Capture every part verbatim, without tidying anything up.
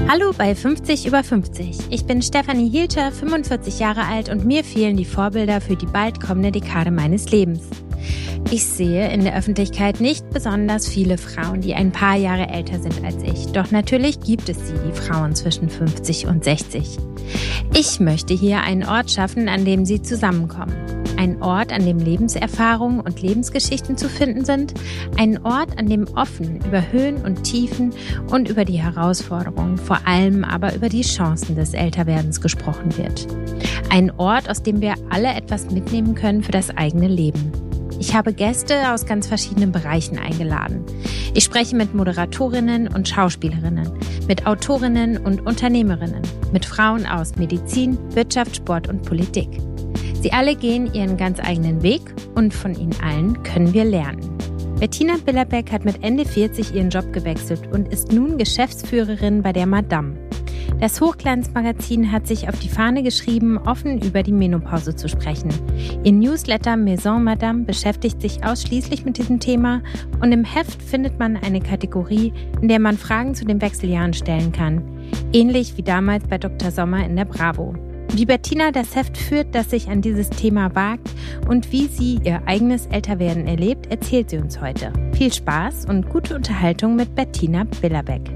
Hallo bei fünfzig über fünfzig. Ich bin Stefanie Hielscher, fünfundvierzig Jahre alt und mir fehlen die Vorbilder für die bald kommende Dekade meines Lebens. Ich sehe in der Öffentlichkeit nicht besonders viele Frauen, die ein paar Jahre älter sind als ich. Doch natürlich gibt es sie, die Frauen zwischen fünfzig und sechzig. Ich möchte hier einen Ort schaffen, an dem sie zusammenkommen. Ein Ort, an dem Lebenserfahrungen und Lebensgeschichten zu finden sind. Ein Ort, an dem offen über Höhen und Tiefen und über die Herausforderungen, vor allem aber über die Chancen des Älterwerdens gesprochen wird. Ein Ort, aus dem wir alle etwas mitnehmen können für das eigene Leben. Ich habe Gäste aus ganz verschiedenen Bereichen eingeladen. Ich spreche mit Moderatorinnen und Schauspielerinnen, mit Autorinnen und Unternehmerinnen, mit Frauen aus Medizin, Wirtschaft, Sport und Politik. Sie alle gehen ihren ganz eigenen Weg und von ihnen allen können wir lernen. Bettina Billerbeck hat mit Ende vierzig ihren Job gewechselt und ist nun Geschäftsführerin bei der Madame. Das Hochglanzmagazin hat sich auf die Fahne geschrieben, offen über die Menopause zu sprechen. Ihr Newsletter Maison Madame beschäftigt sich ausschließlich mit diesem Thema und im Heft findet man eine Kategorie, in der man Fragen zu den Wechseljahren stellen kann. Ähnlich wie damals bei Doktor Sommer in der Bravo. Wie Bettina das Heft führt, das sich an dieses Thema wagt und wie sie ihr eigenes Älterwerden erlebt, erzählt sie uns heute. Viel Spaß und gute Unterhaltung mit Bettina Billerbeck.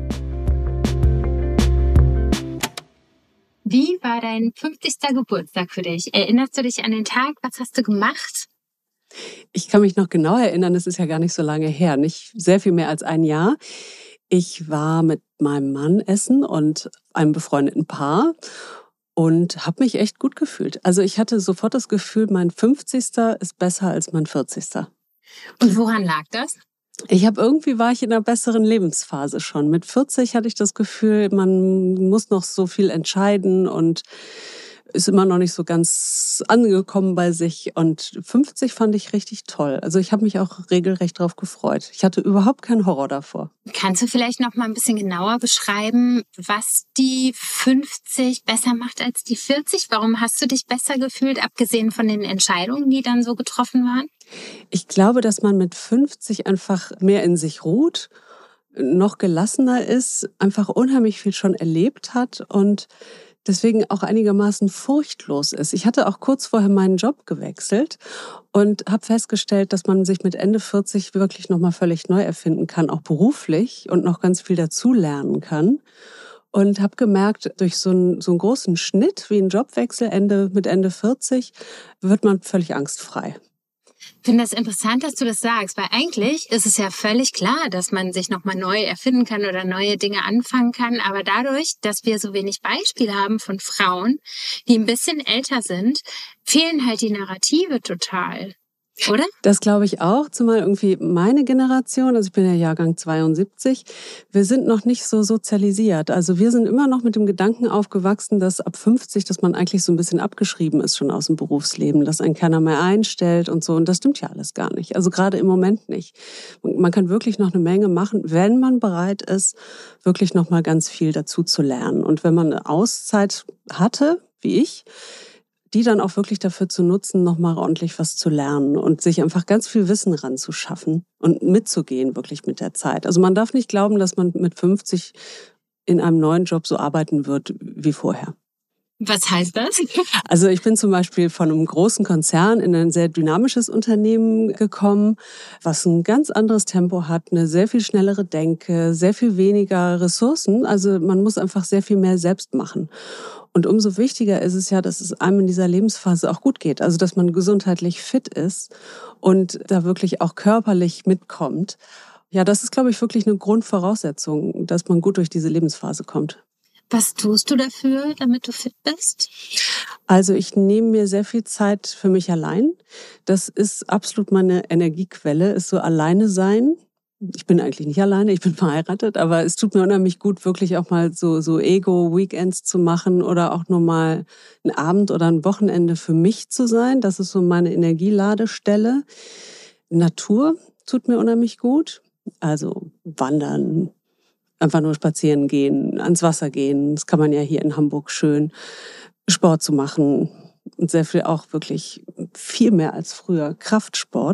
Wie war dein fünfzigster Geburtstag für dich? Erinnerst du dich an den Tag? Was hast du gemacht? Ich kann mich noch genau erinnern, es ist ja gar nicht so lange her, nicht sehr viel mehr als ein Jahr. Ich war mit meinem Mann essen und einem befreundeten Paar und habe mich echt gut gefühlt. Also ich hatte sofort das Gefühl, mein fünfzigster ist besser als mein vierzigster. Und woran lag das? Ich habe irgendwie war ich in einer besseren Lebensphase schon. Mit vierzig hatte ich das Gefühl, man muss noch so viel entscheiden und ist immer noch nicht so ganz angekommen bei sich. Und fünfzig fand ich richtig toll. Also ich habe mich auch regelrecht drauf gefreut. Ich hatte überhaupt keinen Horror davor. Kannst du vielleicht noch mal ein bisschen genauer beschreiben, was die fünfzig besser macht als die vierzig? Warum hast du dich besser gefühlt, abgesehen von den Entscheidungen, die dann so getroffen waren? Ich glaube, dass man mit fünfzig einfach mehr in sich ruht, noch gelassener ist, einfach unheimlich viel schon erlebt hat und deswegen auch einigermaßen furchtlos ist. Ich hatte auch kurz vorher meinen Job gewechselt und habe festgestellt, dass man sich mit Ende vierzig wirklich nochmal völlig neu erfinden kann, auch beruflich und noch ganz viel dazulernen kann. Und habe gemerkt, durch so einen, so einen großen Schnitt wie ein Jobwechsel Ende, mit Ende vierzig wird man völlig angstfrei. Ich finde das interessant, dass du das sagst, weil eigentlich ist es ja völlig klar, dass man sich nochmal neu erfinden kann oder neue Dinge anfangen kann. Aber dadurch, dass wir so wenig Beispiele haben von Frauen, die ein bisschen älter sind, fehlen halt die Narrative total. Oder? Das glaube ich auch, zumal irgendwie meine Generation, also ich bin ja Jahrgang zweiundsiebzig, wir sind noch nicht so sozialisiert. Also wir sind immer noch mit dem Gedanken aufgewachsen, dass ab fünfzig, dass man eigentlich so ein bisschen abgeschrieben ist schon aus dem Berufsleben, dass einen keiner mehr einstellt und so. Und das stimmt ja alles gar nicht. Also gerade im Moment nicht. Man kann wirklich noch eine Menge machen, wenn man bereit ist, wirklich noch mal ganz viel dazu zu lernen. Und wenn man eine Auszeit hatte, wie ich, die dann auch wirklich dafür zu nutzen, nochmal ordentlich was zu lernen und sich einfach ganz viel Wissen ranzuschaffen und mitzugehen wirklich mit der Zeit. Also man darf nicht glauben, dass man mit fünfzig in einem neuen Job so arbeiten wird wie vorher. Was heißt das? Also ich bin zum Beispiel von einem großen Konzern in ein sehr dynamisches Unternehmen gekommen, was ein ganz anderes Tempo hat, eine sehr viel schnellere Denke, sehr viel weniger Ressourcen. Also man muss einfach sehr viel mehr selbst machen. Und umso wichtiger ist es ja, dass es einem in dieser Lebensphase auch gut geht. Also dass man gesundheitlich fit ist und da wirklich auch körperlich mitkommt. Ja, das ist, glaube ich, wirklich eine Grundvoraussetzung, dass man gut durch diese Lebensphase kommt. Was tust du dafür, damit du fit bist? Also ich nehme mir sehr viel Zeit für mich allein. Das ist absolut meine Energiequelle, ist so alleine sein. Ich bin eigentlich nicht alleine, ich bin verheiratet, aber es tut mir unheimlich gut, wirklich auch mal so, so Ego-Weekends zu machen oder auch nur mal einen Abend oder ein Wochenende für mich zu sein. Das ist so meine Energieladestelle. Natur tut mir unheimlich gut. Also wandern, einfach nur spazieren gehen, ans Wasser gehen. Das kann man ja hier in Hamburg schön. Sport zu machen und sehr viel auch wirklich viel mehr als früher. Kraftsport.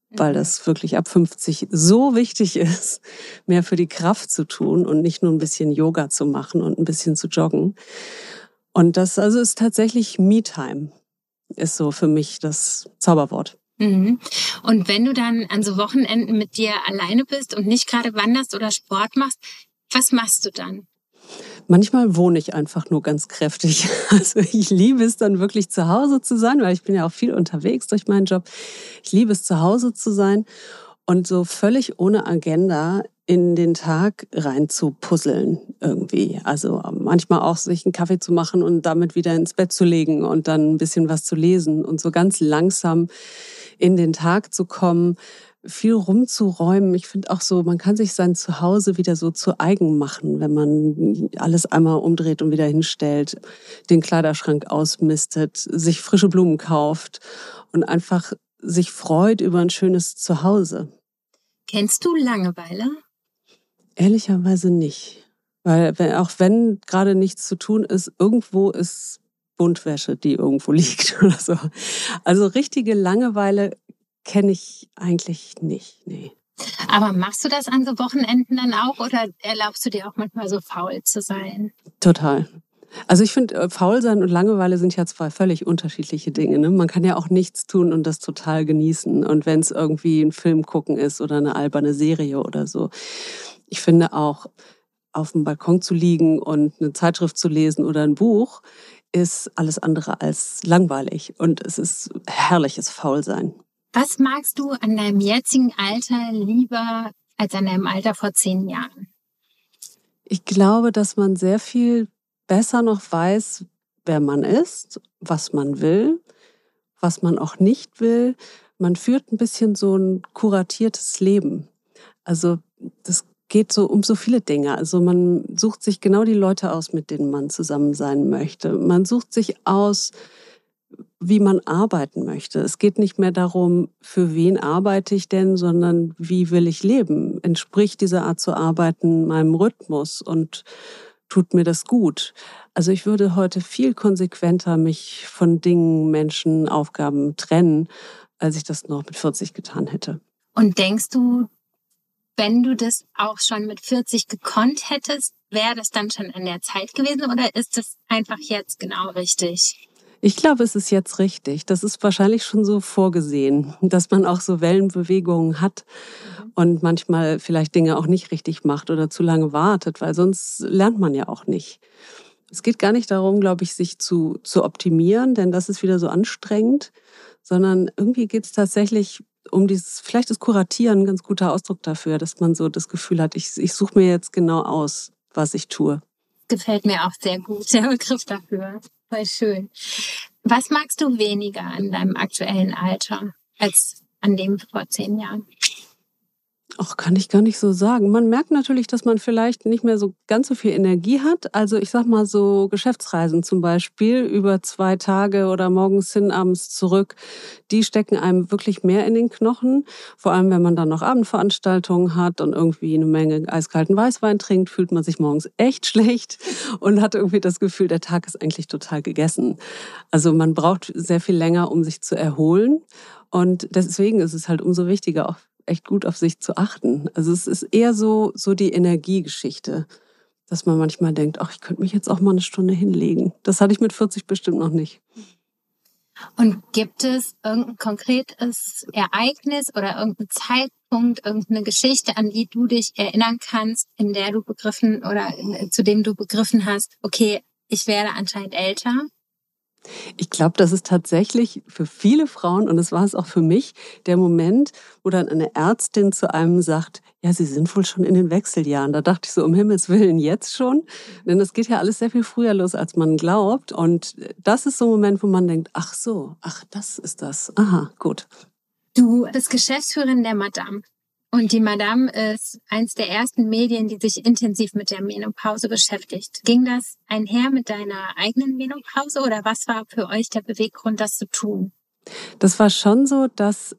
weil das wirklich ab fünfzig so wichtig ist, mehr für die Kraft zu tun und nicht nur ein bisschen Yoga zu machen und ein bisschen zu joggen. Und das also ist tatsächlich Me-Time, ist so für mich das Zauberwort. Mhm. Und wenn du dann an so Wochenenden mit dir alleine bist und nicht gerade wanderst oder Sport machst, was machst du dann? Manchmal wohne ich einfach nur ganz kräftig. Also ich liebe es dann wirklich zu Hause zu sein, weil ich bin ja auch viel unterwegs durch meinen Job. Ich liebe es zu Hause zu sein und so völlig ohne Agenda in den Tag rein zu puzzeln irgendwie. Also manchmal auch sich einen Kaffee zu machen und damit wieder ins Bett zu legen und dann ein bisschen was zu lesen und so ganz langsam in den Tag zu kommen, viel rumzuräumen. Ich finde auch so, man kann sich sein Zuhause wieder so zu eigen machen, wenn man alles einmal umdreht und wieder hinstellt, den Kleiderschrank ausmistet, sich frische Blumen kauft und einfach sich freut über ein schönes Zuhause. Kennst du Langeweile? Ehrlicherweise nicht. Weil auch wenn gerade nichts zu tun ist, irgendwo ist Buntwäsche, die irgendwo liegt oder so. Also richtige Langeweile kenne ich eigentlich nicht, nee. Aber machst du das an so Wochenenden dann auch oder erlaubst du dir auch manchmal so faul zu sein? Total. Also ich finde, faul sein und Langeweile sind ja zwei völlig unterschiedliche Dinge. Ne? Man kann ja auch nichts tun und das total genießen. Und wenn es irgendwie ein Film gucken ist oder eine alberne Serie oder so. Ich finde auch, auf dem Balkon zu liegen und eine Zeitschrift zu lesen oder ein Buch, ist alles andere als langweilig. Und es ist herrliches Faulsein. Was magst du an deinem jetzigen Alter lieber als an deinem Alter vor zehn Jahren? Ich glaube, dass man sehr viel besser noch weiß, wer man ist, was man will, was man auch nicht will. Man führt ein bisschen so ein kuratiertes Leben. Also das geht so um so viele Dinge. Also man sucht sich genau die Leute aus, mit denen man zusammen sein möchte. Man sucht sich aus, wie man arbeiten möchte. Es geht nicht mehr darum, für wen arbeite ich denn, sondern wie will ich leben? Entspricht diese Art zu arbeiten meinem Rhythmus und tut mir das gut? Also ich würde heute viel konsequenter mich von Dingen, Menschen, Aufgaben trennen, als ich das noch mit vierzig getan hätte. Und denkst du, wenn du das auch schon mit vierzig gekonnt hättest, wäre das dann schon an der Zeit gewesen oder ist das einfach jetzt genau richtig? Ich glaube, es ist jetzt richtig. Das ist wahrscheinlich schon so vorgesehen, dass man auch so Wellenbewegungen hat und manchmal vielleicht Dinge auch nicht richtig macht oder zu lange wartet, weil sonst lernt man ja auch nicht. Es geht gar nicht darum, glaube ich, sich zu, zu optimieren, denn das ist wieder so anstrengend, sondern irgendwie geht es tatsächlich um dieses, vielleicht ist Kuratieren ein ganz guter Ausdruck dafür, dass man so das Gefühl hat, ich, ich suche mir jetzt genau aus, was ich tue. Gefällt mir auch sehr gut, der Begriff dafür. Voll schön. Was magst du weniger an deinem aktuellen Alter als an dem vor zehn Jahren? Ach, kann ich gar nicht so sagen. Man merkt natürlich, dass man vielleicht nicht mehr so ganz so viel Energie hat. Also ich sag mal so Geschäftsreisen zum Beispiel über zwei Tage oder morgens hin, abends zurück, die stecken einem wirklich mehr in den Knochen. Vor allem, wenn man dann noch Abendveranstaltungen hat und irgendwie eine Menge eiskalten Weißwein trinkt, fühlt man sich morgens echt schlecht und hat irgendwie das Gefühl, der Tag ist eigentlich total gegessen. Also man braucht sehr viel länger, um sich zu erholen. Und deswegen ist es halt umso wichtiger, auch echt gut auf sich zu achten. Also es ist eher so, so die Energiegeschichte, dass man manchmal denkt, ach, ich könnte mich jetzt auch mal eine Stunde hinlegen. Das hatte ich mit vierzig bestimmt noch nicht. Und gibt es irgendein konkretes Ereignis oder irgendeinen Zeitpunkt, irgendeine Geschichte, an die du dich erinnern kannst, in der du begriffen oder zu dem du begriffen hast, okay, ich werde anscheinend älter? Ich glaube, das ist tatsächlich für viele Frauen, und das war es auch für mich, der Moment, wo dann eine Ärztin zu einem sagt, ja, Sie sind wohl schon in den Wechseljahren. Da dachte ich so, um Himmels Willen, jetzt schon? Denn das geht ja alles sehr viel früher los, als man glaubt. Und das ist so ein Moment, wo man denkt, ach so, ach, das ist das. Aha, gut. Du bist Geschäftsführerin der Madame. Und die Madame ist eins der ersten Medien, die sich intensiv mit der Menopause beschäftigt. Ging das einher mit deiner eigenen Menopause oder was war für euch der Beweggrund, das zu tun? Das war schon so, dass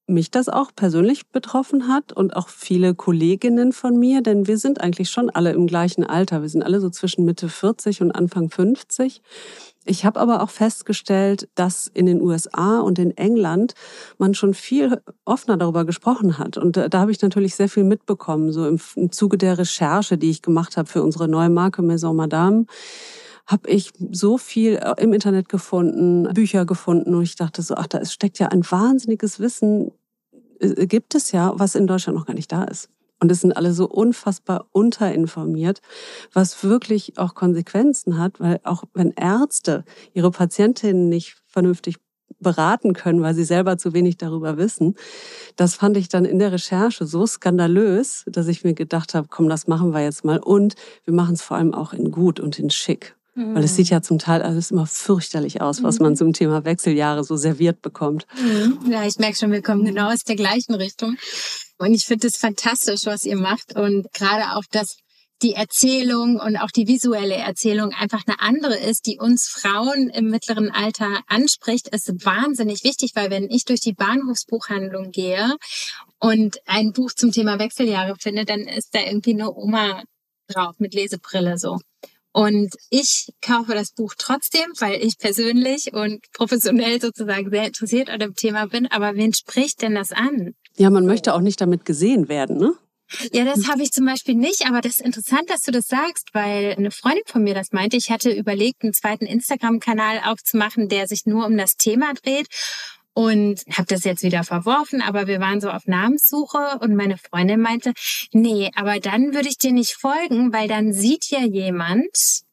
mich das auch persönlich betroffen hat und auch viele Kolleginnen von mir, denn wir sind eigentlich schon alle im gleichen Alter. Wir sind alle so zwischen Mitte vierzig und Anfang fünfzig. Ich habe aber auch festgestellt, dass in den U S A und in England man schon viel offener darüber gesprochen hat. Und da habe ich natürlich sehr viel mitbekommen, so im, im Zuge der Recherche, die ich gemacht habe für unsere neue Marke Maison Madame, habe ich so viel im Internet gefunden, Bücher gefunden und ich dachte so, ach, da steckt ja ein wahnsinniges Wissen, äh, gibt es ja, was in Deutschland noch gar nicht da ist. Und es sind alle so unfassbar unterinformiert, was wirklich auch Konsequenzen hat, weil auch wenn Ärzte ihre Patientinnen nicht vernünftig beraten können, weil sie selber zu wenig darüber wissen, das fand ich dann in der Recherche so skandalös, dass ich mir gedacht habe, komm, das machen wir jetzt mal und wir machen es vor allem auch in gut und in schick. Mhm. Weil es sieht ja zum Teil alles immer fürchterlich aus, was man zum Thema Wechseljahre so serviert bekommt. Mhm. Ja, ich merke schon, wir kommen genau aus der gleichen Richtung. Und ich finde es fantastisch, was ihr macht. Und gerade auch, dass die Erzählung und auch die visuelle Erzählung einfach eine andere ist, die uns Frauen im mittleren Alter anspricht, ist wahnsinnig wichtig, weil wenn ich durch die Bahnhofsbuchhandlung gehe und ein Buch zum Thema Wechseljahre finde, dann ist da irgendwie eine Oma drauf mit Lesebrille so. Und ich kaufe das Buch trotzdem, weil ich persönlich und professionell sozusagen sehr interessiert an dem Thema bin. Aber wen spricht denn das an? Ja, man möchte auch nicht damit gesehen werden, ne? Ja, das habe ich zum Beispiel nicht, aber das ist interessant, dass du das sagst, weil eine Freundin von mir das meinte. Ich hatte überlegt, einen zweiten Instagram-Kanal aufzumachen, der sich nur um das Thema dreht und habe das jetzt wieder verworfen, aber wir waren so auf Namenssuche und meine Freundin meinte, nee, aber dann würde ich dir nicht folgen, weil dann sieht ja jemand,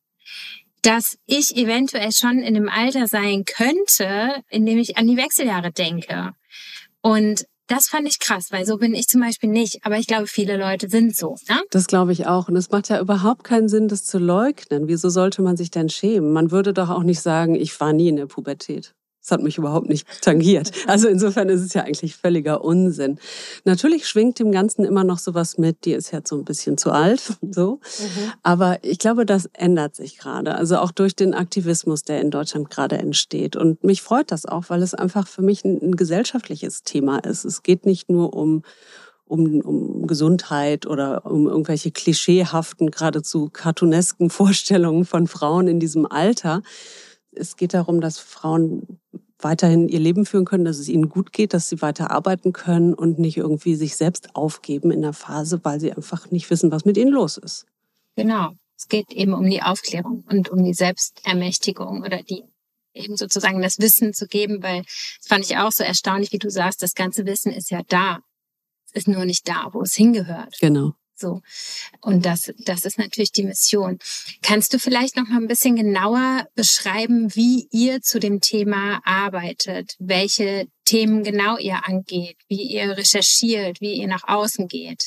dass ich eventuell schon in dem Alter sein könnte, in dem ich an die Wechseljahre denke. Und das fand ich krass, weil so bin ich zum Beispiel nicht. Aber ich glaube, viele Leute sind so, ne? Das glaube ich auch. Und es macht ja überhaupt keinen Sinn, das zu leugnen. Wieso sollte man sich denn schämen? Man würde doch auch nicht sagen, ich war nie in der Pubertät. Das hat mich überhaupt nicht tangiert. Also insofern ist es ja eigentlich völliger Unsinn. Natürlich schwingt dem Ganzen immer noch sowas mit, die ist jetzt so ein bisschen zu alt, so. Mhm. Aber ich glaube, das ändert sich gerade. Also auch durch den Aktivismus, der in Deutschland gerade entsteht. Und mich freut das auch, weil es einfach für mich ein, ein gesellschaftliches Thema ist. Es geht nicht nur um Um, um Gesundheit oder um irgendwelche klischeehaften, geradezu cartoonesken Vorstellungen von Frauen in diesem Alter. Es geht darum, dass Frauen weiterhin ihr Leben führen können, dass es ihnen gut geht, dass sie weiter arbeiten können und nicht irgendwie sich selbst aufgeben in der Phase, weil sie einfach nicht wissen, was mit ihnen los ist. Genau. Es geht eben um die Aufklärung und um die Selbstermächtigung oder die eben sozusagen das Wissen zu geben, weil das fand ich auch so erstaunlich, wie du sagst, das ganze Wissen ist ja da. Es ist nur nicht da, wo es hingehört. Genau. So. Und das, das ist natürlich die Mission. Kannst du vielleicht noch mal ein bisschen genauer beschreiben, wie ihr zu dem Thema arbeitet? Welche Themen genau ihr angeht? Wie ihr recherchiert? Wie ihr nach außen geht?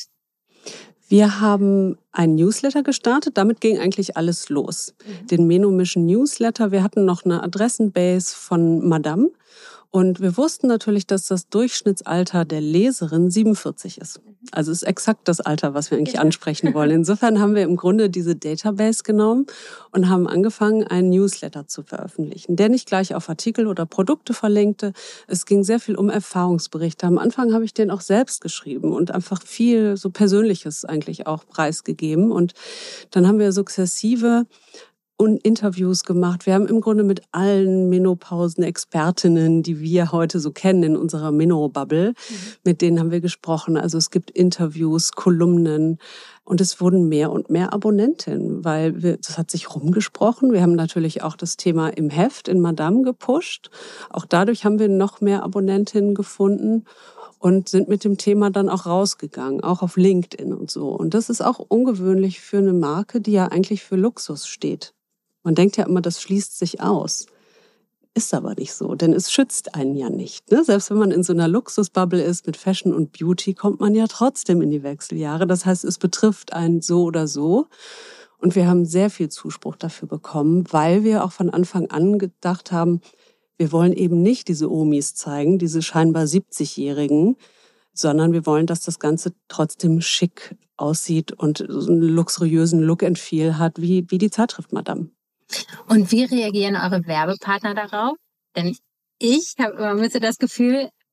Wir haben ein Newsletter gestartet. Damit ging eigentlich alles los. Mhm. Den Menno Mission Newsletter. Wir hatten noch eine Adressenbase von Madame. Und wir wussten natürlich, dass das Durchschnittsalter der Leserin siebenundvierzig ist. Also es ist exakt das Alter, was wir eigentlich ja. ansprechen wollen. Insofern haben wir im Grunde diese Database genommen und haben angefangen, einen Newsletter zu veröffentlichen, der nicht gleich auf Artikel oder Produkte verlinkte. Es ging sehr viel um Erfahrungsberichte. Am Anfang habe ich den auch selbst geschrieben und einfach viel so Persönliches eigentlich auch preisgegeben. Und dann haben wir sukzessive und Interviews gemacht. Wir haben im Grunde mit allen Menopausen-Expertinnen, die wir heute so kennen in unserer Meno-Bubble, mhm. mit denen haben wir gesprochen. Also es gibt Interviews, Kolumnen und es wurden mehr und mehr Abonnentinnen, weil wir, das hat sich rumgesprochen. Wir haben natürlich auch das Thema im Heft in Madame gepusht. Auch dadurch haben wir noch mehr Abonnentinnen gefunden und sind mit dem Thema dann auch rausgegangen, auch auf LinkedIn und so. Und das ist auch ungewöhnlich für eine Marke, die ja eigentlich für Luxus steht. Man denkt ja immer, das schließt sich aus. Ist aber nicht so, denn es schützt einen ja nicht. Ne? Selbst wenn man in so einer Luxusbubble ist mit Fashion und Beauty, kommt man ja trotzdem in die Wechseljahre. Das heißt, es betrifft einen so oder so. Und wir haben sehr viel Zuspruch dafür bekommen, weil wir auch von Anfang an gedacht haben, wir wollen eben nicht diese Omis zeigen, diese scheinbar siebzigjährigen, sondern wir wollen, dass das Ganze trotzdem schick aussieht und so einen luxuriösen Look and Feel hat, wie, wie die Zeitschrift Madame. Und wie reagieren eure Werbepartner darauf? Denn ich habe immer ein bisschen das Gefühl,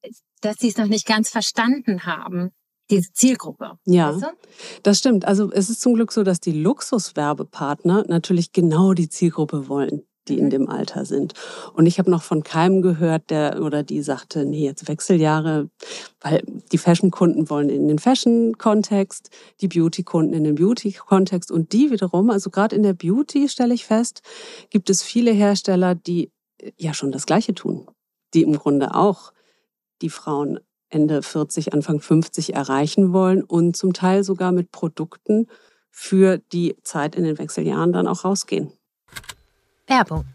dass sie es noch nicht ganz verstanden haben, diese Zielgruppe. Ja, weißt du? Das stimmt. Also es ist zum Glück so, dass die Luxuswerbepartner natürlich genau die Zielgruppe wollen, die in dem Alter sind. Und ich habe noch von keinem gehört, der oder die sagte, nee, jetzt Wechseljahre, weil die Fashion-Kunden wollen in den Fashion-Kontext, die Beauty-Kunden in den Beauty-Kontext und die wiederum, also gerade in der Beauty stelle ich fest, gibt es viele Hersteller, die ja schon das Gleiche tun, die im Grunde auch die Frauen Ende vierzig, Anfang fünfzig erreichen wollen und zum Teil sogar mit Produkten für die Zeit in den Wechseljahren dann auch rausgehen. Werbung.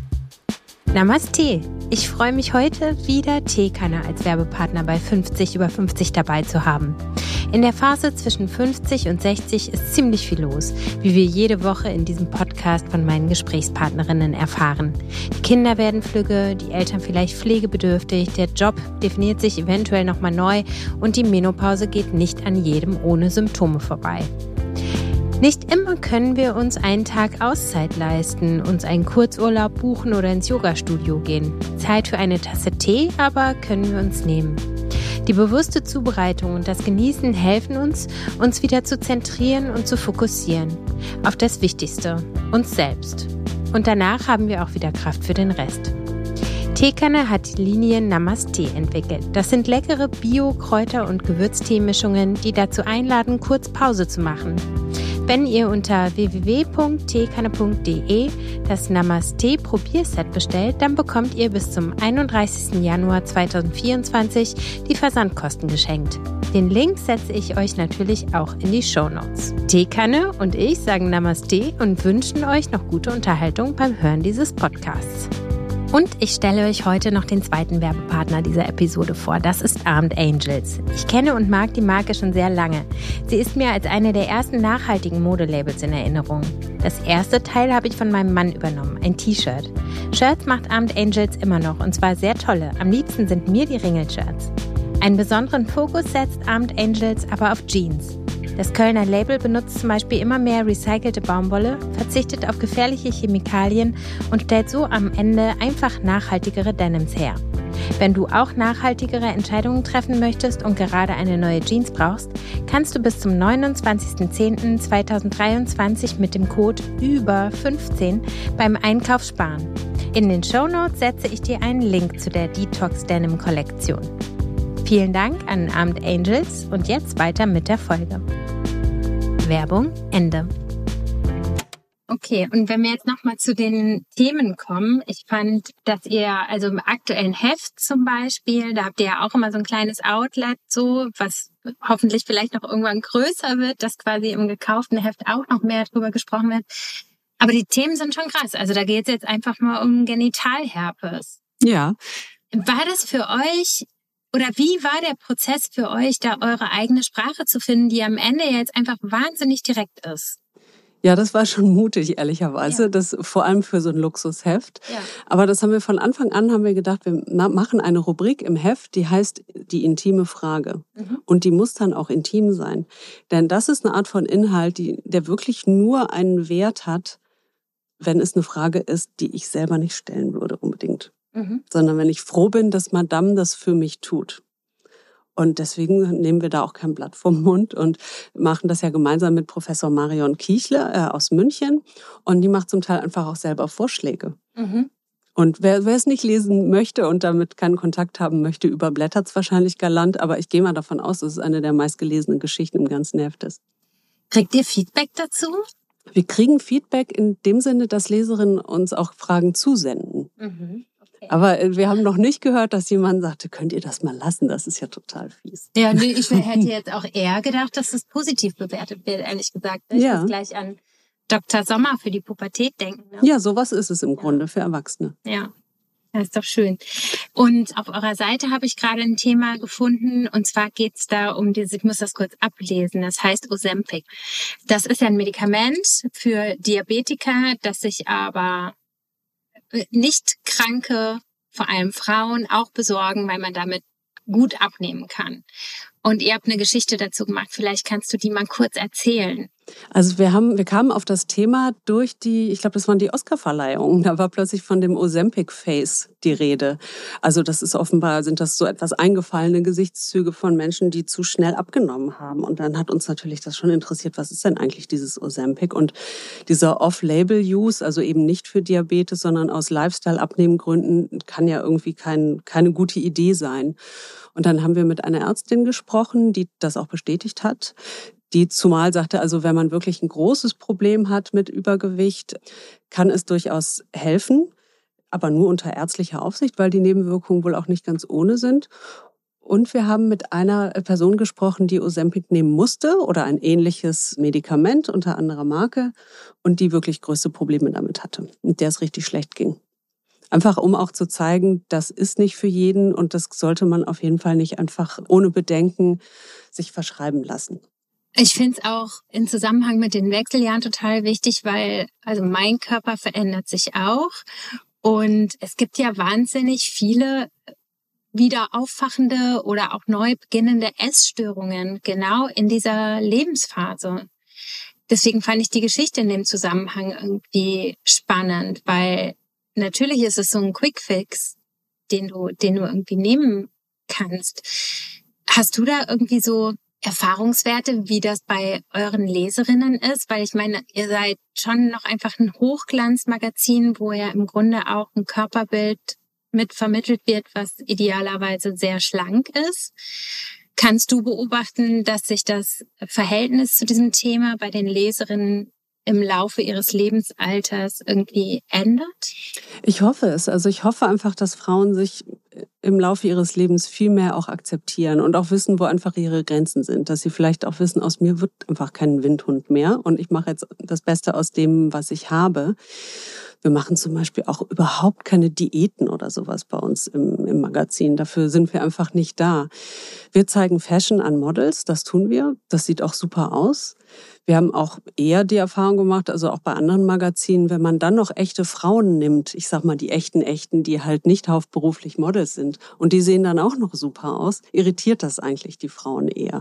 Namaste. Ich freue mich heute wieder Teekanne als Werbepartner bei fünfzig über fünfzig dabei zu haben. In der Phase zwischen fünfzig und sechzig ist ziemlich viel los, wie wir jede Woche in diesem Podcast von meinen Gesprächspartnerinnen erfahren. Die Kinder werden flügge, die Eltern vielleicht pflegebedürftig, der Job definiert sich eventuell nochmal neu und die Menopause geht nicht an jedem ohne Symptome vorbei. Nicht immer können wir uns einen Tag Auszeit leisten, uns einen Kurzurlaub buchen oder ins Yogastudio gehen. Zeit für eine Tasse Tee aber können wir uns nehmen. Die bewusste Zubereitung und das Genießen helfen uns, uns wieder zu zentrieren und zu fokussieren. Auf das Wichtigste, uns selbst. Und danach haben wir auch wieder Kraft für den Rest. Teekanne hat die Linie Namaste entwickelt. Das sind leckere Bio-, Kräuter- und Gewürzteemischungen, die dazu einladen, kurz Pause zu machen. Wenn ihr unter w w w punkt teekanne punkt d e das Namaste-Probierset bestellt, dann bekommt ihr bis zum einunddreißigsten Januar zweitausendvierundzwanzig die Versandkosten geschenkt. Den Link setze ich euch natürlich auch in die Shownotes. Teekanne und ich sagen Namaste und wünschen euch noch gute Unterhaltung beim Hören dieses Podcasts. Und ich stelle euch heute noch den zweiten Werbepartner dieser Episode vor. Das ist Armed Angels. Ich kenne und mag die Marke schon sehr lange. Sie ist mir als eine der ersten nachhaltigen Modelabels in Erinnerung. Das erste Teil habe ich von meinem Mann übernommen, ein T-Shirt. Shirts macht Armed Angels immer noch und zwar sehr tolle. Am liebsten sind mir die Ringel-Shirts. Einen besonderen Fokus setzt Armed Angels aber auf Jeans. Das Kölner Label benutzt zum Beispiel immer mehr recycelte Baumwolle, verzichtet auf gefährliche Chemikalien und stellt so am Ende einfach nachhaltigere Denims her. Wenn du auch nachhaltigere Entscheidungen treffen möchtest und gerade eine neue Jeans brauchst, kannst du bis zum neunundzwanzigsten zehnten zweitausenddreiundzwanzig mit dem Code über fünfzehn beim Einkauf sparen. In den Shownotes setze ich dir einen Link zu der Detox Denim Kollektion. Vielen Dank an Armed Angels und jetzt weiter mit der Folge. Werbung, Ende. Okay, und wenn wir jetzt nochmal zu den Themen kommen, ich fand, dass ihr, also im aktuellen Heft zum Beispiel, da habt ihr ja auch immer so ein kleines Outlet, so, was hoffentlich vielleicht noch irgendwann größer wird, dass quasi im gekauften Heft auch noch mehr drüber gesprochen wird. Aber die Themen sind schon krass. Also da geht es jetzt einfach mal um Genitalherpes. Ja. War das für euch, oder wie war der Prozess für euch, da eure eigene Sprache zu finden, die am Ende jetzt einfach wahnsinnig direkt ist? Ja, das war schon mutig, ehrlicherweise, Ja. das vor allem für so ein Luxusheft. Ja. Aber das haben wir von Anfang an, haben wir gedacht, wir machen eine Rubrik im Heft, die heißt die intime Frage. Mhm. Und die muss dann auch intim sein. Denn das ist eine Art von Inhalt, die, der wirklich nur einen Wert hat, wenn es eine Frage ist, die ich selber nicht stellen würde unbedingt. Mhm. Sondern wenn ich froh bin, dass Madame das für mich tut. Und deswegen nehmen wir da auch kein Blatt vom Mund und machen das ja gemeinsam mit Professor Marion Kiechle äh, aus München. Und die macht zum Teil einfach auch selber Vorschläge. Mhm. Und wer, wer es nicht lesen möchte und damit keinen Kontakt haben möchte, überblättert es wahrscheinlich galant. Aber ich gehe mal davon aus, dass es eine der meistgelesenen Geschichten im ganzen Heft ist. Kriegt ihr Feedback dazu? Wir kriegen Feedback in dem Sinne, dass Leserinnen uns auch Fragen zusenden. Mhm. Aber wir haben noch nicht gehört, dass jemand sagte, könnt ihr das mal lassen? Das ist ja total fies. Ja, nee, ich hätte jetzt auch eher gedacht, dass es positiv bewertet wird, ehrlich gesagt. Ich ja. muss gleich an Doktor Sommer für die Pubertät denken. Ne? Ja, sowas ist es im Grunde ja. für Erwachsene. Ja, das ist doch schön. Und auf eurer Seite habe ich gerade ein Thema gefunden. Und zwar geht es da um diese, ich muss das kurz ablesen, das heißt Ozempic. Das ist ja ein Medikament für Diabetiker, das sich aber nicht kranke, vor allem Frauen, auch besorgen, weil man damit gut abnehmen kann. Und ihr habt eine Geschichte dazu gemacht. Vielleicht kannst du die mal kurz erzählen. Also wir haben, wir kamen auf das Thema durch die, ich glaube, das waren die Oscar-Verleihungen. Da war plötzlich von dem Ozempic-Face die Rede. Also das ist offenbar, sind das so etwas eingefallene Gesichtszüge von Menschen, die zu schnell abgenommen haben. Und dann hat uns natürlich das schon interessiert, was ist denn eigentlich dieses Ozempic? Und dieser Off-Label-Use, also eben nicht für Diabetes, sondern aus Lifestyle-Abnehmgründen, kann ja irgendwie kein, keine gute Idee sein. Und dann haben wir mit einer Ärztin gesprochen, die das auch bestätigt hat. Die zumal sagte, also wenn man wirklich ein großes Problem hat mit Übergewicht, kann es durchaus helfen, aber nur unter ärztlicher Aufsicht, weil die Nebenwirkungen wohl auch nicht ganz ohne sind. Und wir haben mit einer Person gesprochen, die Ozempic nehmen musste oder ein ähnliches Medikament unter anderer Marke und die wirklich größte Probleme damit hatte und der es richtig schlecht ging. Einfach um auch zu zeigen, das ist nicht für jeden und das sollte man auf jeden Fall nicht einfach ohne Bedenken sich verschreiben lassen. Ich finde es auch im Zusammenhang mit den Wechseljahren total wichtig, weil also mein Körper verändert sich auch und es gibt ja wahnsinnig viele wieder auffachende oder auch neu beginnende Essstörungen genau in dieser Lebensphase. Deswegen fand ich die Geschichte in dem Zusammenhang irgendwie spannend, weil natürlich ist es so ein Quick-Fix, den du, den du irgendwie nehmen kannst. Hast du da irgendwie so Erfahrungswerte, wie das bei euren Leserinnen ist? Weil ich meine, ihr seid schon noch einfach ein Hochglanzmagazin, wo ja im Grunde auch ein Körperbild mit vermittelt wird, was idealerweise sehr schlank ist. Kannst du beobachten, dass sich das Verhältnis zu diesem Thema bei den Leserinnen im Laufe ihres Lebensalters irgendwie ändert? Ich hoffe es. Also ich hoffe einfach, dass Frauen sich im Laufe ihres Lebens viel mehr auch akzeptieren und auch wissen, wo einfach ihre Grenzen sind. Dass sie vielleicht auch wissen, aus mir wird einfach kein Windhund mehr und ich mache jetzt das Beste aus dem, was ich habe. Wir machen zum Beispiel auch überhaupt keine Diäten oder sowas bei uns im, im Magazin. Dafür sind wir einfach nicht da. Wir zeigen Fashion an Models, das tun wir. Das sieht auch super aus. Wir haben auch eher die Erfahrung gemacht, also auch bei anderen Magazinen, wenn man dann noch echte Frauen nimmt, ich sag mal die echten Echten, die halt nicht hauptberuflich Models sind und die sehen dann auch noch super aus, irritiert das eigentlich die Frauen eher.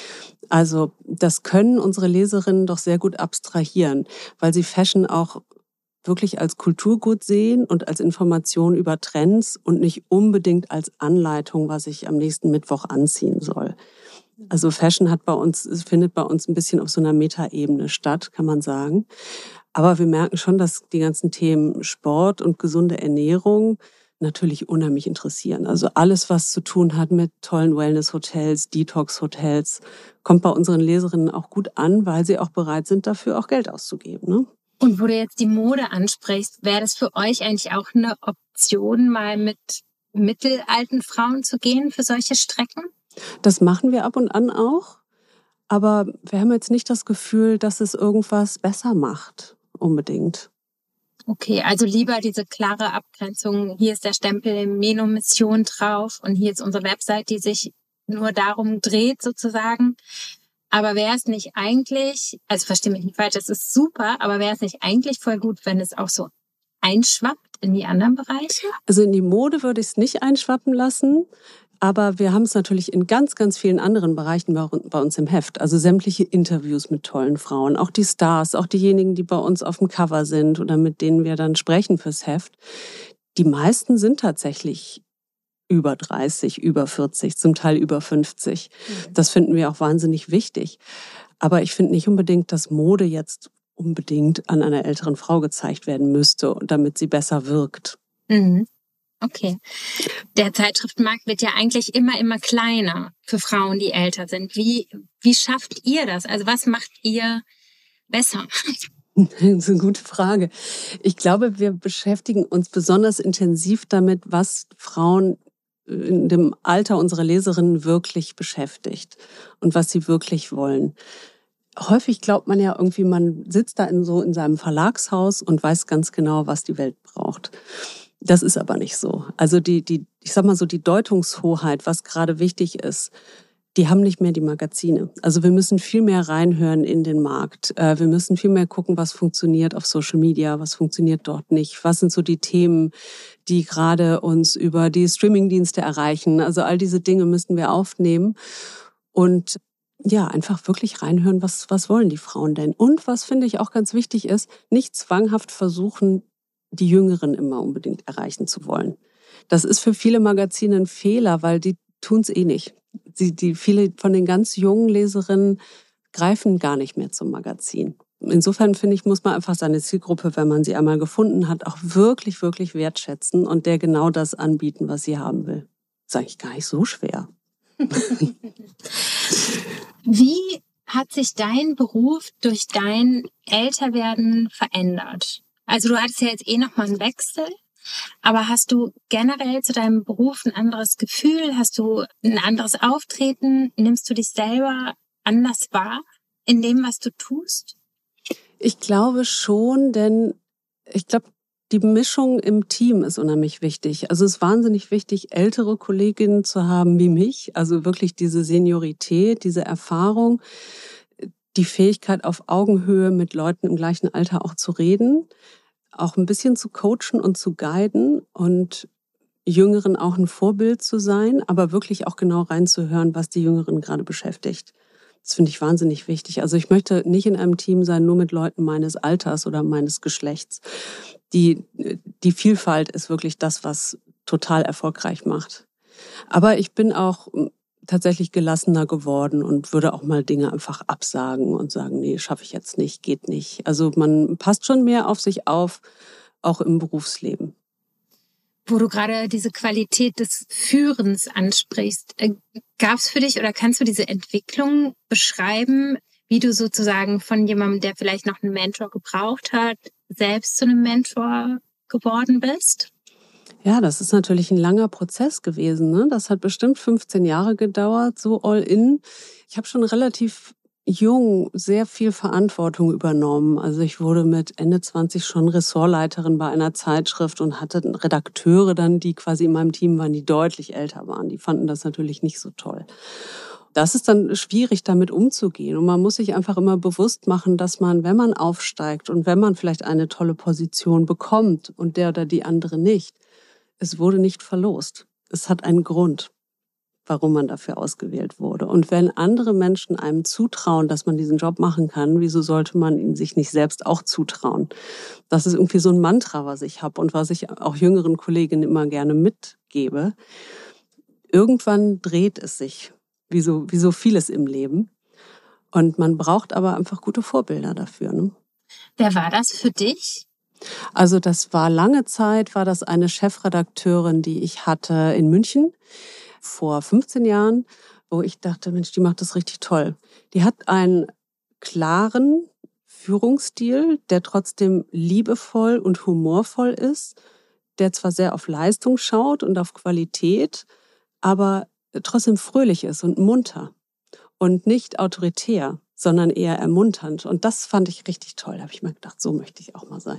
Also das können unsere Leserinnen doch sehr gut abstrahieren, weil sie Fashion auch wirklich als Kulturgut sehen und als Information über Trends und nicht unbedingt als Anleitung, was ich am nächsten Mittwoch anziehen soll. Also Fashion hat bei uns, es findet bei uns ein bisschen auf so einer Metaebene statt, kann man sagen. Aber wir merken schon, dass die ganzen Themen Sport und gesunde Ernährung natürlich unheimlich interessieren. Also alles, was zu tun hat mit tollen Wellness-Hotels, Detox-Hotels, kommt bei unseren Leserinnen auch gut an, weil sie auch bereit sind, dafür auch Geld auszugeben, ne? Und wo du jetzt die Mode ansprichst, wäre das für euch eigentlich auch eine Option, mal mit mittelalten Frauen zu gehen für solche Strecken? Das machen wir ab und an auch, aber wir haben jetzt nicht das Gefühl, dass es irgendwas besser macht, unbedingt. Okay, also lieber diese klare Abgrenzung, hier ist der Stempel Meno-Mission drauf und hier ist unsere Website, die sich nur darum dreht sozusagen. Aber wäre es nicht eigentlich, also verstehe mich nicht falsch, das ist super, aber wäre es nicht eigentlich voll gut, wenn es auch so einschwappt in die anderen Bereiche? Also in die Mode würde ich es nicht einschwappen lassen, aber wir haben es natürlich in ganz, ganz vielen anderen Bereichen bei uns im Heft. Also sämtliche Interviews mit tollen Frauen, auch die Stars, auch diejenigen, die bei uns auf dem Cover sind oder mit denen wir dann sprechen fürs Heft. Die meisten sind tatsächlich über dreißig, über vierzig, zum Teil über fünfzig. Das finden wir auch wahnsinnig wichtig. Aber ich finde nicht unbedingt, dass Mode jetzt unbedingt an einer älteren Frau gezeigt werden müsste, damit sie besser wirkt. Mhm. Okay. Der Zeitschriftenmarkt wird ja eigentlich immer, immer kleiner für Frauen, die älter sind. Wie, wie schafft ihr das? Also was macht ihr besser? Das ist eine gute Frage. Ich glaube, wir beschäftigen uns besonders intensiv damit, was Frauen in dem Alter unserer Leserinnen wirklich beschäftigt und was sie wirklich wollen. Häufig glaubt man ja irgendwie, man sitzt da in so in seinem Verlagshaus und weiß ganz genau, was die Welt braucht. Das ist aber nicht so. Also die, die, ich sag mal so, die Deutungshoheit, was gerade wichtig ist, die haben nicht mehr die Magazine. Also wir müssen viel mehr reinhören in den Markt. Wir müssen viel mehr gucken, was funktioniert auf Social Media, was funktioniert dort nicht. Was sind so die Themen, die gerade uns über die Streamingdienste erreichen. Also all diese Dinge müssen wir aufnehmen. Und ja, einfach wirklich reinhören, was, was wollen die Frauen denn? Und was finde ich auch ganz wichtig ist, nicht zwanghaft versuchen, die Jüngeren immer unbedingt erreichen zu wollen. Das ist für viele Magazine ein Fehler, weil die tun es eh nicht. Sie, die, viele von den ganz jungen Leserinnen greifen gar nicht mehr zum Magazin. Insofern finde ich, muss man einfach seine Zielgruppe, wenn man sie einmal gefunden hat, auch wirklich, wirklich wertschätzen und der genau das anbieten, was sie haben will. Das ist eigentlich gar nicht so schwer. Wie hat sich dein Beruf durch dein Älterwerden verändert? Also du hattest ja jetzt eh nochmal einen Wechsel, aber hast du generell zu deinem Beruf ein anderes Gefühl? Hast du ein anderes Auftreten? Nimmst du dich selber anders wahr in dem, was du tust? Ich glaube schon, denn ich glaube, die Mischung im Team ist unheimlich wichtig. Also es ist wahnsinnig wichtig, ältere Kolleginnen zu haben wie mich. Also wirklich diese Seniorität, diese Erfahrung, die Fähigkeit auf Augenhöhe mit Leuten im gleichen Alter auch zu reden, auch ein bisschen zu coachen und zu guiden und Jüngeren auch ein Vorbild zu sein, aber wirklich auch genau reinzuhören, was die Jüngeren gerade beschäftigt. Das finde ich wahnsinnig wichtig. Also ich möchte nicht in einem Team sein, nur mit Leuten meines Alters oder meines Geschlechts. Die, die Vielfalt ist wirklich das, was total erfolgreich macht. Aber ich bin auch tatsächlich gelassener geworden und würde auch mal Dinge einfach absagen und sagen, nee, schaffe ich jetzt nicht, geht nicht. Also man passt schon mehr auf sich auf, auch im Berufsleben. Wo du gerade diese Qualität des Führens ansprichst, gab es für dich oder kannst du diese Entwicklung beschreiben, wie du sozusagen von jemandem, der vielleicht noch einen Mentor gebraucht hat, selbst zu einem Mentor geworden bist? Ja, das ist natürlich ein langer Prozess gewesen, ne? Das hat bestimmt fünfzehn Jahre gedauert, so all in. Ich habe schon relativ jung sehr viel Verantwortung übernommen. Also ich wurde mit Ende zwanzig schon Ressortleiterin bei einer Zeitschrift und hatte Redakteure dann, die quasi in meinem Team waren, die deutlich älter waren. Die fanden das natürlich nicht so toll. Das ist dann schwierig, damit umzugehen. Und man muss sich einfach immer bewusst machen, dass man, wenn man aufsteigt und wenn man vielleicht eine tolle Position bekommt und der oder die andere nicht, es wurde nicht verlost. Es hat einen Grund, warum man dafür ausgewählt wurde. Und wenn andere Menschen einem zutrauen, dass man diesen Job machen kann, wieso sollte man ihn sich nicht selbst auch zutrauen? Das ist irgendwie so ein Mantra, was ich habe und was ich auch jüngeren Kolleginnen immer gerne mitgebe. Irgendwann dreht es sich, wie so, wie so vieles im Leben. Und man braucht aber einfach gute Vorbilder dafür. Ne? Wer war das für dich? Also das war lange Zeit, war das eine Chefredakteurin, die ich hatte in München vor fünfzehn Jahren, wo ich dachte, Mensch, die macht das richtig toll. Die hat einen klaren Führungsstil, der trotzdem liebevoll und humorvoll ist, der zwar sehr auf Leistung schaut und auf Qualität, aber trotzdem fröhlich ist und munter und nicht autoritär, sondern eher ermunternd. Und das fand ich richtig toll. Da habe ich mir gedacht, so möchte ich auch mal sein.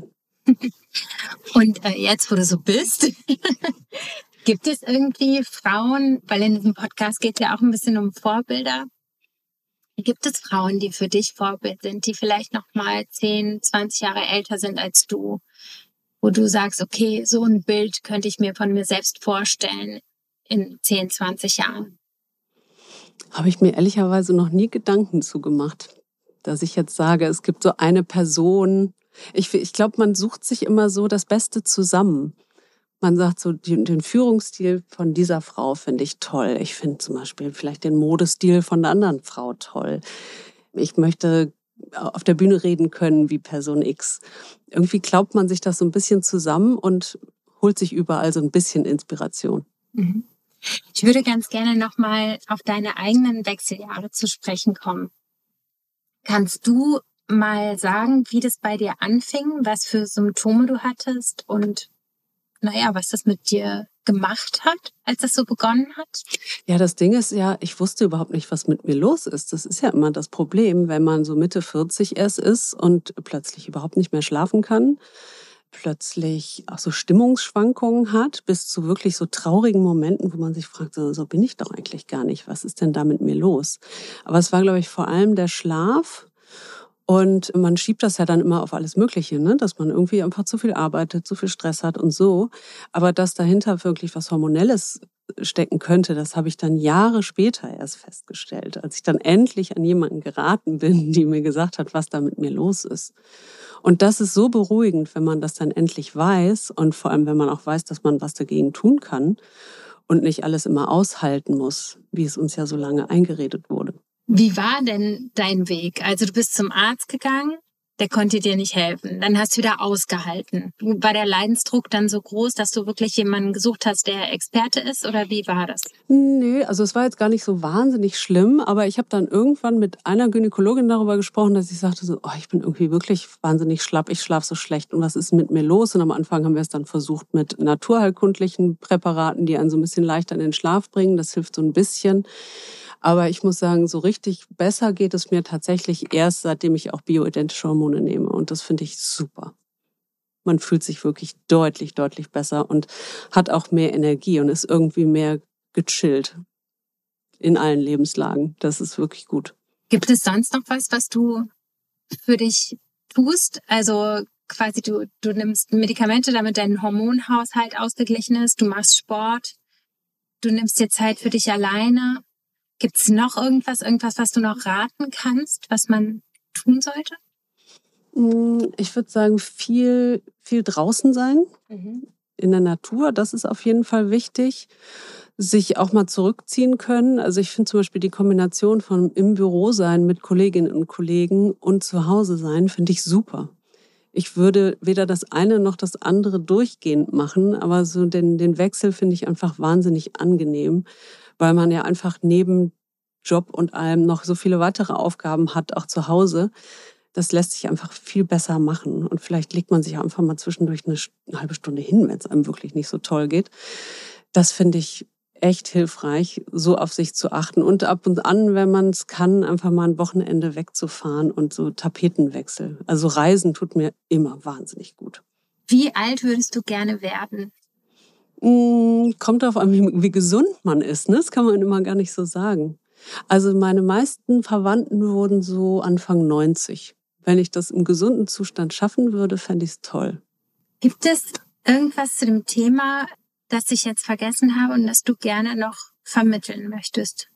Und äh, jetzt, wo du so bist, gibt es irgendwie Frauen, weil in diesem Podcast geht es ja auch ein bisschen um Vorbilder, gibt es Frauen, die für dich Vorbild sind, die vielleicht noch mal zehn, zwanzig Jahre älter sind als du, wo du sagst, okay, so ein Bild könnte ich mir von mir selbst vorstellen in zehn, zwanzig Jahren? Habe ich mir ehrlicherweise noch nie Gedanken zugemacht, dass ich jetzt sage, es gibt so eine Person. Ich, ich glaube, man sucht sich immer so das Beste zusammen. Man sagt so, den, den Führungsstil von dieser Frau finde ich toll. Ich finde zum Beispiel vielleicht den Modestil von der anderen Frau toll. Ich möchte auf der Bühne reden können wie Person X. Irgendwie glaubt man sich das so ein bisschen zusammen und holt sich überall so ein bisschen Inspiration. Mhm. Ich würde ganz gerne nochmal auf deine eigenen Wechseljahre zu sprechen kommen. Kannst du mal sagen, wie das bei dir anfing, was für Symptome du hattest und naja, was das mit dir gemacht hat, als das so begonnen hat? Ja, das Ding ist ja, ich wusste überhaupt nicht, was mit mir los ist. Das ist ja immer das Problem, wenn man so Mitte vierzig erst ist und plötzlich überhaupt nicht mehr schlafen kann, plötzlich auch so Stimmungsschwankungen hat, bis zu wirklich so traurigen Momenten, wo man sich fragt, so, so bin ich doch eigentlich gar nicht. Was ist denn da mit mir los? Aber es war, glaube ich, vor allem der Schlaf. Und man schiebt das ja dann immer auf alles Mögliche, ne? Dass man irgendwie einfach zu viel arbeitet, zu viel Stress hat und so. Aber dass dahinter wirklich was Hormonelles stecken könnte, das habe ich dann Jahre später erst festgestellt, als ich dann endlich an jemanden geraten bin, die mir gesagt hat, was da mit mir los ist. Und das ist so beruhigend, wenn man das dann endlich weiß und vor allem, wenn man auch weiß, dass man was dagegen tun kann und nicht alles immer aushalten muss, wie es uns ja so lange eingeredet wurde. Wie war denn dein Weg? Also du bist zum Arzt gegangen, der konnte dir nicht helfen. Dann hast du wieder ausgehalten. War der Leidensdruck dann so groß, dass du wirklich jemanden gesucht hast, der Experte ist? Oder wie war das? Nee, also es war jetzt gar nicht so wahnsinnig schlimm, aber ich habe dann irgendwann mit einer Gynäkologin darüber gesprochen, dass ich sagte so, oh, ich bin irgendwie wirklich wahnsinnig schlapp, ich schlafe so schlecht und was ist mit mir los? Und am Anfang haben wir es dann versucht mit naturheilkundlichen Präparaten, die einen so ein bisschen leichter in den Schlaf bringen. Das hilft so ein bisschen. Aber ich muss sagen, so richtig besser geht es mir tatsächlich erst, seitdem ich auch bioidentische Hormone nehme. Und das finde ich super. Man fühlt sich wirklich deutlich, deutlich besser und hat auch mehr Energie und ist irgendwie mehr gechillt in allen Lebenslagen. Das ist wirklich gut. Gibt es sonst noch was, was du für dich tust? Also quasi du, du nimmst Medikamente, damit dein Hormonhaushalt ausgeglichen ist. Du machst Sport. Du nimmst dir Zeit für dich alleine. Gibt es noch irgendwas, irgendwas, was du noch raten kannst, was man tun sollte? Ich würde sagen, viel, viel draußen sein, mhm. in der Natur. Das ist auf jeden Fall wichtig. Sich auch mal zurückziehen können. Also ich finde zum Beispiel die Kombination von im Büro sein mit Kolleginnen und Kollegen und zu Hause sein, finde ich super. Ich würde weder das eine noch das andere durchgehend machen, aber so den, den Wechsel finde ich einfach wahnsinnig angenehm, weil man ja einfach neben Job und allem noch so viele weitere Aufgaben hat, auch zu Hause. Das lässt sich einfach viel besser machen. Und vielleicht legt man sich einfach mal zwischendurch eine, eine halbe Stunde hin, wenn es einem wirklich nicht so toll geht. Das finde ich echt hilfreich, so auf sich zu achten. Und ab und an, wenn man es kann, einfach mal ein Wochenende wegzufahren und so Tapetenwechsel. Also Reisen tut mir immer wahnsinnig gut. Wie alt würdest du gerne werden? Kommt darauf an, wie, wie gesund man ist. Ne? Das kann man immer gar nicht so sagen. Also meine meisten Verwandten wurden so Anfang neunzig. Wenn ich das im gesunden Zustand schaffen würde, fände ich es toll. Gibt es irgendwas zu dem Thema, das ich jetzt vergessen habe und das du gerne noch vermitteln möchtest?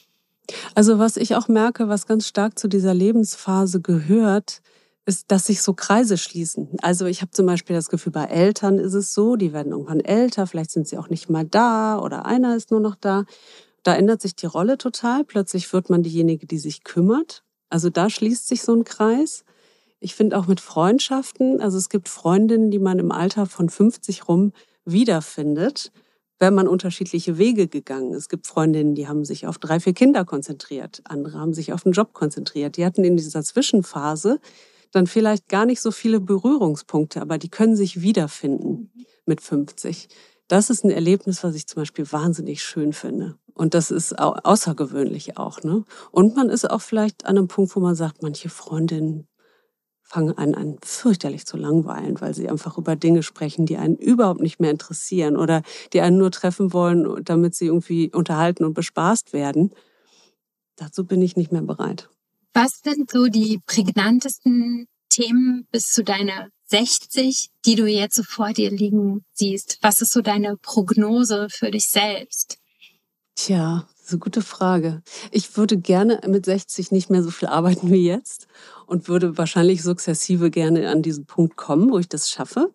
Also was ich auch merke, was ganz stark zu dieser Lebensphase gehört, ist, dass sich so Kreise schließen. Also ich habe zum Beispiel das Gefühl, bei Eltern ist es so, die werden irgendwann älter, vielleicht sind sie auch nicht mal da oder einer ist nur noch da. Da ändert sich die Rolle total. Plötzlich wird man diejenige, die sich kümmert. Also da schließt sich so ein Kreis. Ich finde auch mit Freundschaften, also es gibt Freundinnen, die man im Alter von fünfzig rum wiederfindet, wenn man unterschiedliche Wege gegangen ist. Es gibt Freundinnen, die haben sich auf drei, vier Kinder konzentriert. Andere haben sich auf den Job konzentriert. Die hatten in dieser Zwischenphase dann vielleicht gar nicht so viele Berührungspunkte, aber die können sich wiederfinden mit fünfzig. Das ist ein Erlebnis, was ich zum Beispiel wahnsinnig schön finde. Und das ist au- außergewöhnlich auch, ne? Und man ist auch vielleicht an einem Punkt, wo man sagt, manche Freundinnen fangen an, an fürchterlich zu langweilen, weil sie einfach über Dinge sprechen, die einen überhaupt nicht mehr interessieren oder die einen nur treffen wollen, damit sie irgendwie unterhalten und bespaßt werden. Dazu bin ich nicht mehr bereit. Was sind so die prägnantesten Themen bis zu deiner sechzig, die du jetzt so vor dir liegen siehst? Was ist so deine Prognose für dich selbst? Tja, das ist eine gute Frage. Ich würde gerne mit sechzig nicht mehr so viel arbeiten wie jetzt und würde wahrscheinlich sukzessive gerne an diesen Punkt kommen, wo ich das schaffe.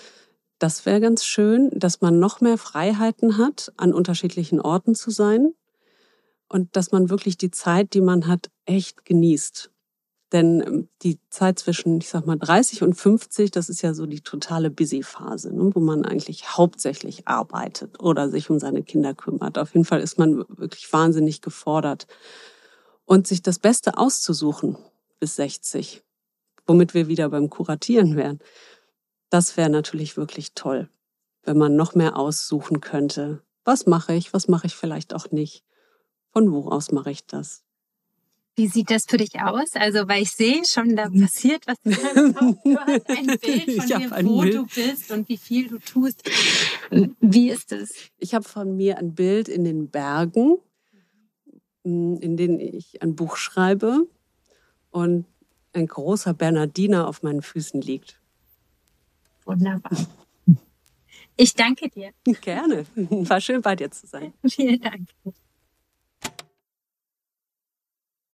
Das wäre ganz schön, dass man noch mehr Freiheiten hat, an unterschiedlichen Orten zu sein und dass man wirklich die Zeit, die man hat, echt genießt. Denn die Zeit zwischen, ich sag mal, dreißig und fünfzig, das ist ja so die totale Busy-Phase, ne, wo man eigentlich hauptsächlich arbeitet oder sich um seine Kinder kümmert. Auf jeden Fall ist man wirklich wahnsinnig gefordert. Und sich das Beste auszusuchen bis sechzig, womit wir wieder beim Kuratieren wären, das wäre natürlich wirklich toll, wenn man noch mehr aussuchen könnte. Was mache ich, was mache ich vielleicht auch nicht? Von wo aus mache ich das? Wie sieht das für dich aus? Also, weil ich sehe schon, da passiert was. Du hast ein Bild von dir, wo Bild. Du bist und wie viel du tust. Wie ist es? Ich habe von mir ein Bild in den Bergen, in denen ich ein Buch schreibe und ein großer Bernardiner auf meinen Füßen liegt. Wunderbar. Ich danke dir. Gerne. War schön, bei dir zu sein. Vielen Dank.